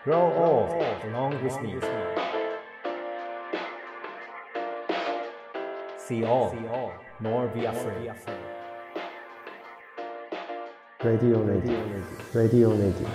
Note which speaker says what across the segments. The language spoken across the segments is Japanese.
Speaker 1: Grow old along with me. See all, nor be afraid.
Speaker 2: Radio Native Radio Native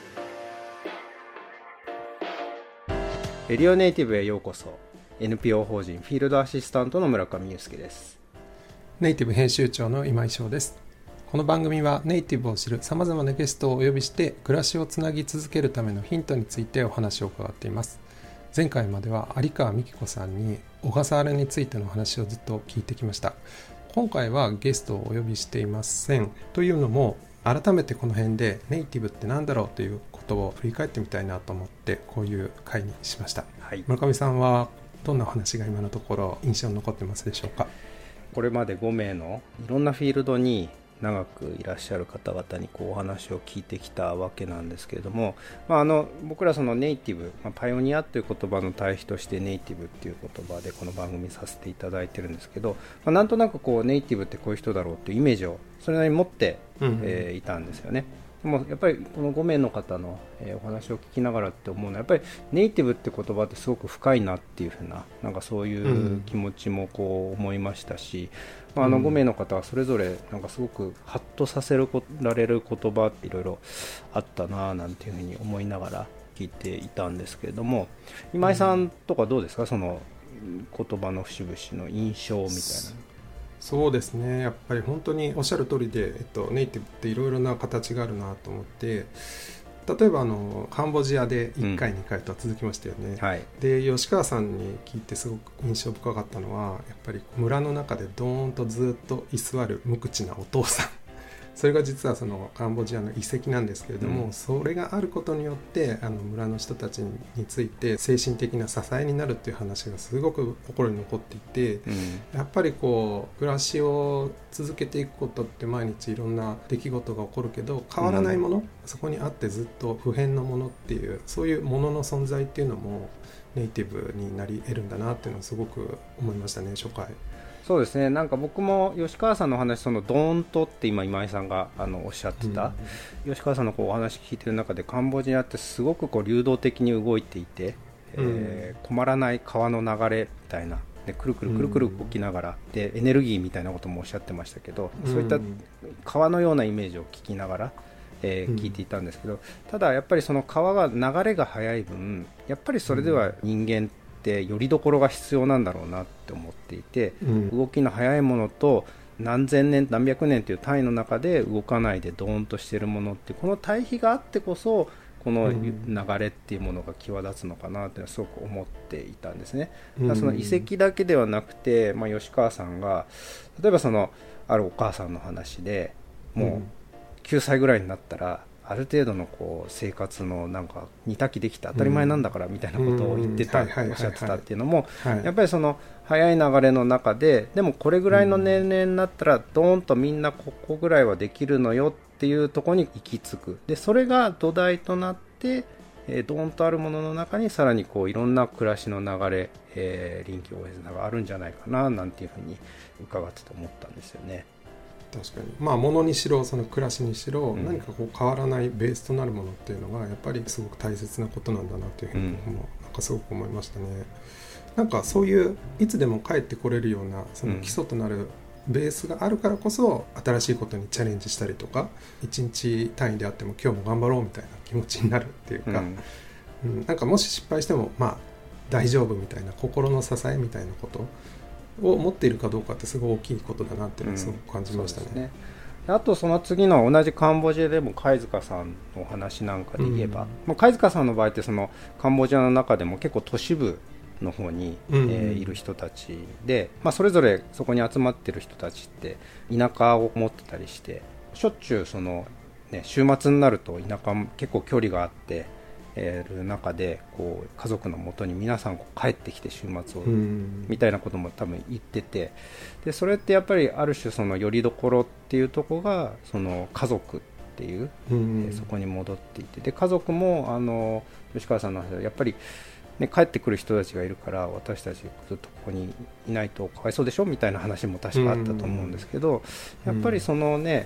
Speaker 3: レディオネイティブへようこそ。 NPO 法人フィールドアシスタントの村上祐介です。
Speaker 4: ネイティブ編集長の今井翔です。この番組はネイティブを知るさまざまなゲストをお呼びして暮らしをつなぎ続けるためのヒントについてお話を伺っています。前回までは有川美希子さんに小笠原についての話をずっと聞いてきました。今回はゲストをお呼びしていません。というのも改めてこの辺でネイティブって何だろうということを振り返ってみたいなと思ってこういう回にしました。
Speaker 3: はい、
Speaker 4: 村上さんはどんなお話が今のところ印象に残ってますでしょうか。
Speaker 3: これまで5名のいろんなフィールドに長くいらっしゃる方々にお話を聞いてきたわけなんですけれども、僕らそのネイティブ、パイオニアという言葉の対比としてネイティブっていう言葉でこの番組させていただいてるんですけど、なんとなくネイティブってこういう人だろうっていうイメージをそれなりに持って、いたんですよね。でもやっぱりこの5名の方の、お話を聞きながらって思うのはやっぱりネイティブって言葉ってすごく深いなっていうふうな、なんかそういう気持ちも思いましたし、5名の方はそれぞれなんかすごくハッとさせられる言葉っていろいろあったななんていうふうに思いながら聞いていたんですけれども、今井さんとかどうですか、その言葉の節々の印象みたいな。
Speaker 4: そうですね、やっぱり本当におっしゃる通りで、ネイティブっていろいろな形があるなと思って、例えばカンボジアで1回、2回とは続きましたよね、
Speaker 3: はい、
Speaker 4: で吉川さんに聞いてすごく印象深かったのはやっぱり村の中でドーンとずっと居座る無口なお父さんそれが実はそのカンボジアの遺跡なんですけれども、それがあることによって村の人たちについて精神的な支えになるっていう話がすごく心に残っていて、やっぱり暮らしを続けていくことって毎日いろんな出来事が起こるけど変わらないもの、そこにあってずっと不変のものっていう、そういうものの存在っていうのもネイティブになり得るんだなっていうのをすごく思いましたね、初回。
Speaker 3: そうですね、なんか僕も吉川さんのお話、そのドーンとって今井さんがおっしゃってた、吉川さんのお話聞いてる中でカンボジアってすごく流動的に動いていて、止まらない川の流れみたいなでくるくるくるくる動きながらでエネルギーみたいなこともおっしゃってましたけど、そういった川のようなイメージを聞きながら聞いていたんですけど、ただやっぱりその川が流れが速い分やっぱりそれでは人間ってよりどころが必要なんだろうなって思っていて、動きの速いものと何千年何百年という単位の中で動かないでドーンとしているものって、この対比があってこそこの流れっていうものが際立つのかなってすごく思っていたんですね。だからその遺跡だけではなくて、吉川さんが例えばそのあるお母さんの話でもう9歳ぐらいになったらある程度の生活のなんか煮炊きできて当たり前なんだからみたいなことを言ってた、おっしゃってたっていうのも、やっぱりその早い流れの中で、でもこれぐらいの年齢になったらドーンとみんなここぐらいはできるのよっていうところに行き着く。でそれが土台となってドーンとあるものの中にさらにいろんな暮らしの流れ、臨機応変さがあるんじゃないかななんていうふうに伺ってて思ったんですよね。
Speaker 4: 確かに、物にしろその暮らしにしろ、何か変わらないベースとなるものっていうのがやっぱりすごく大切なことなんだなというふうになんかすごく思いましたね。なんかそういういつでも帰ってこれるようなその基礎となるベースがあるからこそ、新しいことにチャレンジしたりとか、1日単位であっても今日も頑張ろうみたいな気持ちになるっていうか、なんかもし失敗しても大丈夫みたいな心の支えみたいなことを持っているかどうかってすごい大きいことだなっていうのをすごく感じましたね。
Speaker 3: あとその次の同じカンボジアでも貝塚さんのお話なんかで言えば、貝塚さんの場合ってそのカンボジアの中でも結構都市部の方に、いる人たちで、それぞれそこに集まってる人たちって田舎を持ってたりして、しょっちゅうその、週末になると田舎結構距離があってる中で家族のもとに皆さん帰ってきて週末をみたいなことも多分言ってて、でそれってやっぱりある種その拠り所っていうところがその家族っていう、そこに戻っていて、で家族も吉川さんの話でやっぱり、帰ってくる人たちがいるから私たちずっとここにいないとかわいそうでしょみたいな話も確かあったと思うんですけど、やっぱりその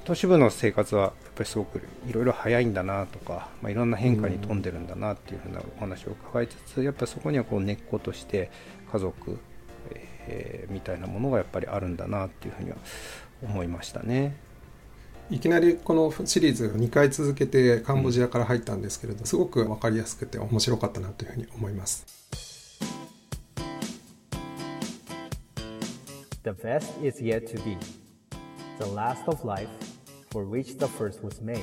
Speaker 3: 都市部の生活はやっぱりすごくいろいろ早いんだなとか、いろんな変化に富んでるんだなっていうふうなお話を伺いつつ、やっぱりそこにはこう根っことして家族、みたいなものがやっぱりあるんだなっていうふうには思いましたね。
Speaker 4: いきなりこのシリーズ2回続けてカンボジアから入ったんですけれど、すごく分かりやすくて面白かったなというふうに思います。
Speaker 1: The best is yet to be, the last of life for which the first was made.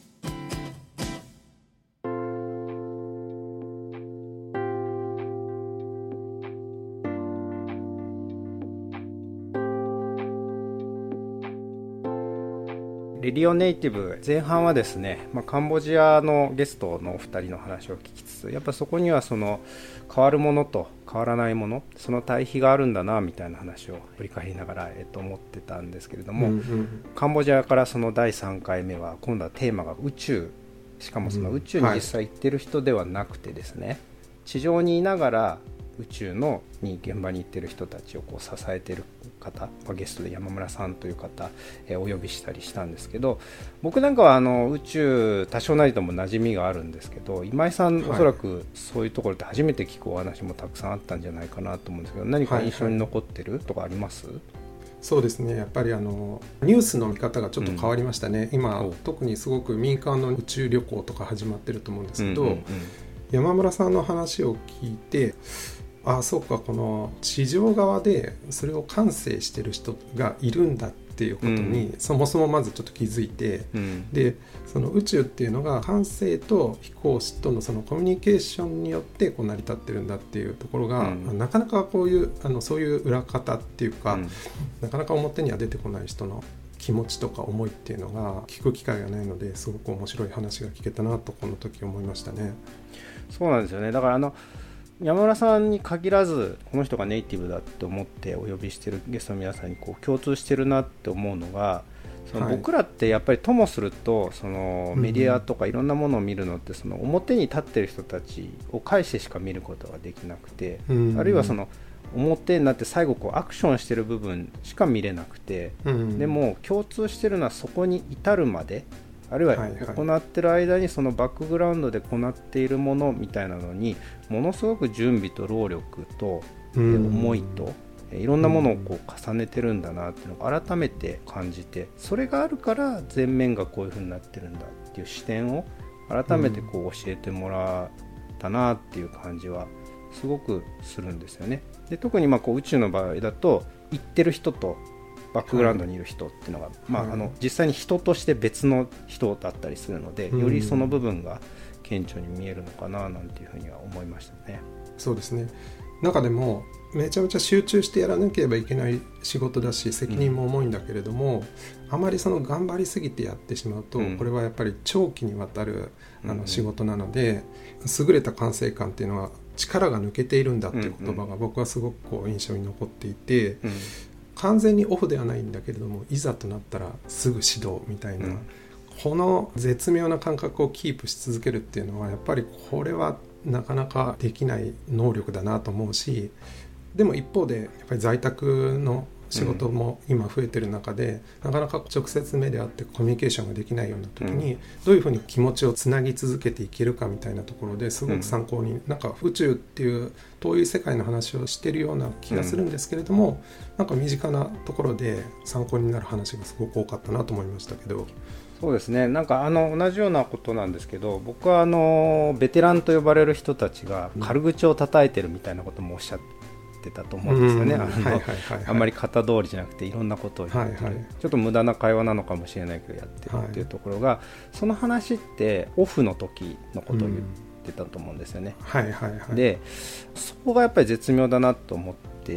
Speaker 3: レディオネイティブ前半はですね、カンボジアのゲストのお二人の話を聞きつつ、やっぱそこにはその変わるものと変わらないもの、その対比があるんだなみたいな話を振り返りながら、思ってたんですけれども、カンボジアからその第3回目は今度はテーマが宇宙、しかもその宇宙に実際行ってる人ではなくてですね、地上にいながら宇宙に現場に行ってる人たちをこう支えてる方、ゲストで山村さんという方、お呼びしたりしたんですけど、僕なんかは宇宙多少なりとも馴染みがあるんですけど、今井さん、おそらくそういうところって初めて聞くお話もたくさんあったんじゃないかなと思うんですけど、何か印象に残ってるとかあります？
Speaker 4: そうですね、やっぱりニュースの見方がちょっと変わりましたね。今特にすごく民間の宇宙旅行とか始まってると思うんですけど、山村さんの話を聞いて、そうか、この地上側でそれを感性してる人がいるんだっていうことに、そもそもまずちょっと気づいて、でその宇宙っていうのが感性と飛行士とのそのコミュニケーションによってこう成り立ってるんだっていうところが、なかなかこういうそういう裏方っていうか、なかなか表には出てこない人の気持ちとか思いっていうのが聞く機会がないので、すごく面白い話が聞けたなとこの時思いましたね。
Speaker 3: そうなんですよね。だから山村さんに限らず、この人がネイティブだと思ってお呼びしているゲストの皆さんにこう共通してるなって思うのが、その僕らってやっぱりともすると、そのメディアとかいろんなものを見るのって、その表に立ってる人たちを介してしか見ることができなくて、あるいはその表になって最後こうアクションしてる部分しか見れなくて、でも共通してるのはそこに至るまで、あるいは行ってる間にそのバックグラウンドで行っているものみたいなのにものすごく準備と労力と思いといろんなものをこう重ねてるんだなっていうのを改めて感じて、それがあるから前面がこういう風になってるんだっていう視点を改めてこう教えてもらったなっていう感じはすごくするんですよね。で特にこう宇宙の場合だと行ってる人とバックグラウンドにいる人っていうのが、実際に人として別の人だったりするので、よりその部分が顕著に見えるのかななんていうふうには思いましたね。
Speaker 4: そうですね。中でもめちゃめちゃ集中してやらなければいけない仕事だし、責任も重いんだけれども、あまりその頑張りすぎてやってしまうと、これはやっぱり長期にわたる仕事なので、優れた管制官っていうのは力が抜けているんだっていう言葉が僕はすごくこう印象に残っていて、完全にオフではないんだけれども、いざとなったらすぐ指導みたいな、この絶妙な感覚をキープし続けるっていうのは、やっぱりこれはなかなかできない能力だなと思うし、でも一方でやっぱり在宅の仕事も今増えてる中で、なかなか直接目であってコミュニケーションができないような時に、どういうふうに気持ちをつなぎ続けていけるかみたいなところですごく参考に、なんか宇宙っていう遠い世界の話をしてるような気がするんですけれども、なんか身近なところで参考になる話がすごく多かったなと思いましたけど。
Speaker 3: そうですね。なんか同じようなことなんですけど、僕はベテランと呼ばれる人たちが軽口を叩いてるみたいなこともおっしゃってたと思うんですよね。あんまり型通りじゃなくていろんなことを言ってる、ちょっと無駄な会話なのかもしれないけどやってるっていうところが、その話ってオフの時のことを言ってたと思うんですよね。でそこがやっぱり絶妙だなと思って、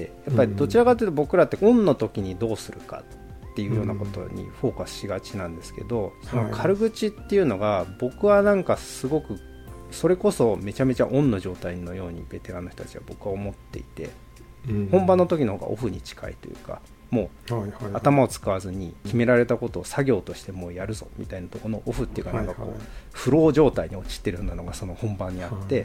Speaker 3: やっぱりどちらかというと僕らってオンの時にどうするかっていうようなことにフォーカスしがちなんですけど、その軽口っていうのが僕はなんかすごくそれこそめちゃめちゃオンの状態のようにベテランの人たちは僕は思っていて、本番の時の方がオフに近いというか、もう頭を使わずに決められたことを作業としてもうやるぞみたいなところのオフっていうか、なんかこうフロー状態に陥ってるようなのがその本番にあって、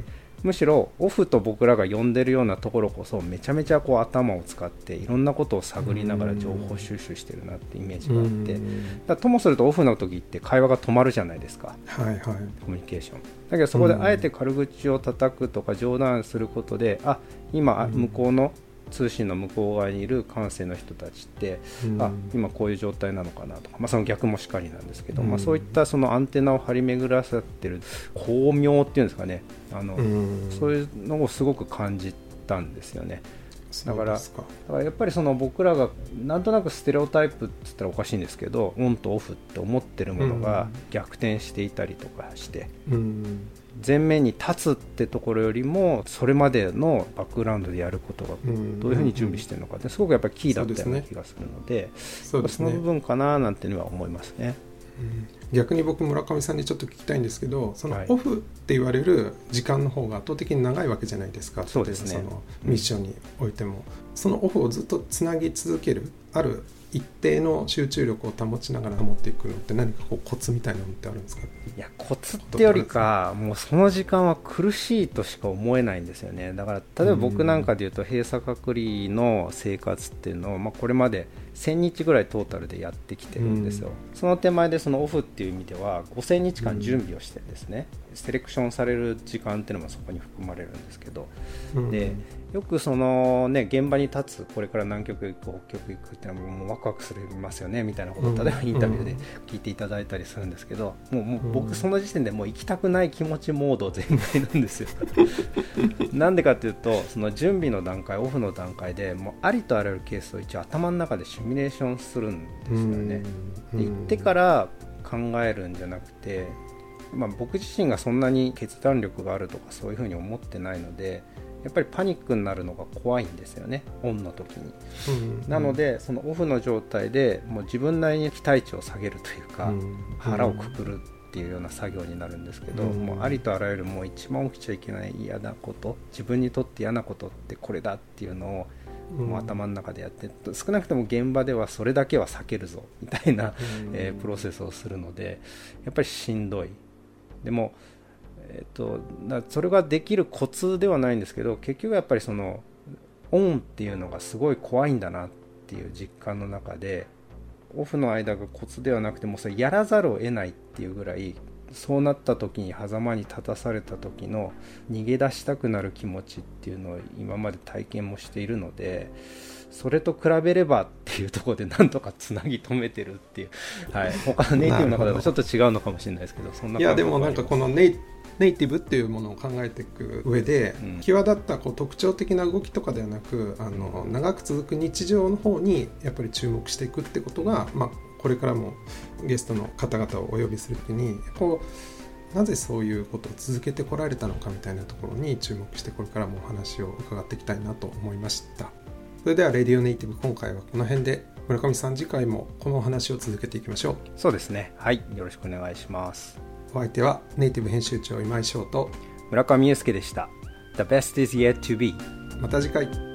Speaker 3: むしろオフと僕らが呼んでるようなところこそめちゃめちゃこう頭を使っていろんなことを探りながら情報収集してるなってイメージがあって、だからともするとオフの時って会話が止まるじゃないですか、
Speaker 4: はいはい、
Speaker 3: コミュニケーションだけど、そこであえて軽口を叩くとか冗談することで、あ、今向こうの通信の向こう側にいる感性の人たちって、あ、今こういう状態なのかなとか、その逆もしかりなんですけど、そういったそのアンテナを張り巡らさってる巧妙っていうんですかね、そういうのをすごく感じたんですよね。だからやっぱりその僕らがなんとなくステレオタイプって言ったらおかしいんですけど、オンとオフって思ってるものが逆転していたりとかして、前面に立つってところよりもそれまでのバックグラウンドでやることがどういうふうに準備してるのかってすごくやっぱりキーだったような気がするので、その部分かななんていうのは思いますね。
Speaker 4: 逆に僕村上さんにちょっと聞きたいんですけど、そのオフって言われる時間の方が圧倒的に長いわけじゃないですか。
Speaker 3: そうですね。
Speaker 4: そのミッションにおいても、そのオフをずっとつなぎ続ける、ある一定の集中力を保ちながら保っていくのって何かこうコツみたいなのってあるんですか？
Speaker 3: いや、コツってよりかもうその時間は苦しいとしか思えないんですよね。だから例えば僕なんかでいうと閉鎖隔離の生活っていうのを、これまで1000日ぐらいトータルでやってきてるんですよ。その手前でそのオフっていう意味では5000日間準備をしてるんですね。セレクションされる時間っていうのもそこに含まれるんですけど、でよくそのね、現場に立つ、これから南極行く北極行くっていうのはもうワクワクするますよねみたいなことを例えばインタビューで聞いていただいたりするんですけど、もう僕その時点でもう行きたくない気持ちモード全開なんですよなんでかっていうと、その準備の段階、オフの段階でもうありとあらゆるケースを一応頭の中でシミュレーションするんですよね。で行ってから考えるんじゃなくて、僕自身がそんなに決断力があるとかそういうふうに思ってないので、やっぱりパニックになるのが怖いんですよね、オンの時に。なのでそのオフの状態でもう自分なりに期待値を下げるというか、腹をくくるっていうような作業になるんですけど、もうありとあらゆるもう一番起きちゃいけない嫌なこと、自分にとって嫌なことってこれだっていうのをもう頭の中でやって、少なくとも現場ではそれだけは避けるぞみたいな、プロセスをするので、やっぱりしんどい。でもそれができるコツではないんですけど、結局やっぱりそのオンっていうのがすごい怖いんだなっていう実感の中で、オフの間がコツではなくてもうそれやらざるを得ないっていうぐらい、そうなった時に狭間に立たされた時の逃げ出したくなる気持ちっていうのを今まで体験もしているので、それと比べればっていうところでなんとかつなぎ止めてるっていう、他のネイティブの方とちょっと違うのかもしれないですけど、そんな感じ。いやでもなんかこの
Speaker 4: ネイティブっていうものを考えていく上で、際立ったこう特徴的な動きとかではなく、長く続く日常の方にやっぱり注目していくってことが、これからもゲストの方々をお呼びするときになぜそういうことを続けてこられたのかみたいなところに注目して、これからもお話を伺っていきたいなと思いました。それではレディオネイティブ、今回はこの辺で。村上さん、次回もこのお話を続けていきましょう。
Speaker 3: そうですね、はい、よろしくお願いします。
Speaker 4: お相手はネイティブ編集長今井翔と
Speaker 3: 村上裕介でした。 The best is yet to be。
Speaker 4: また次回。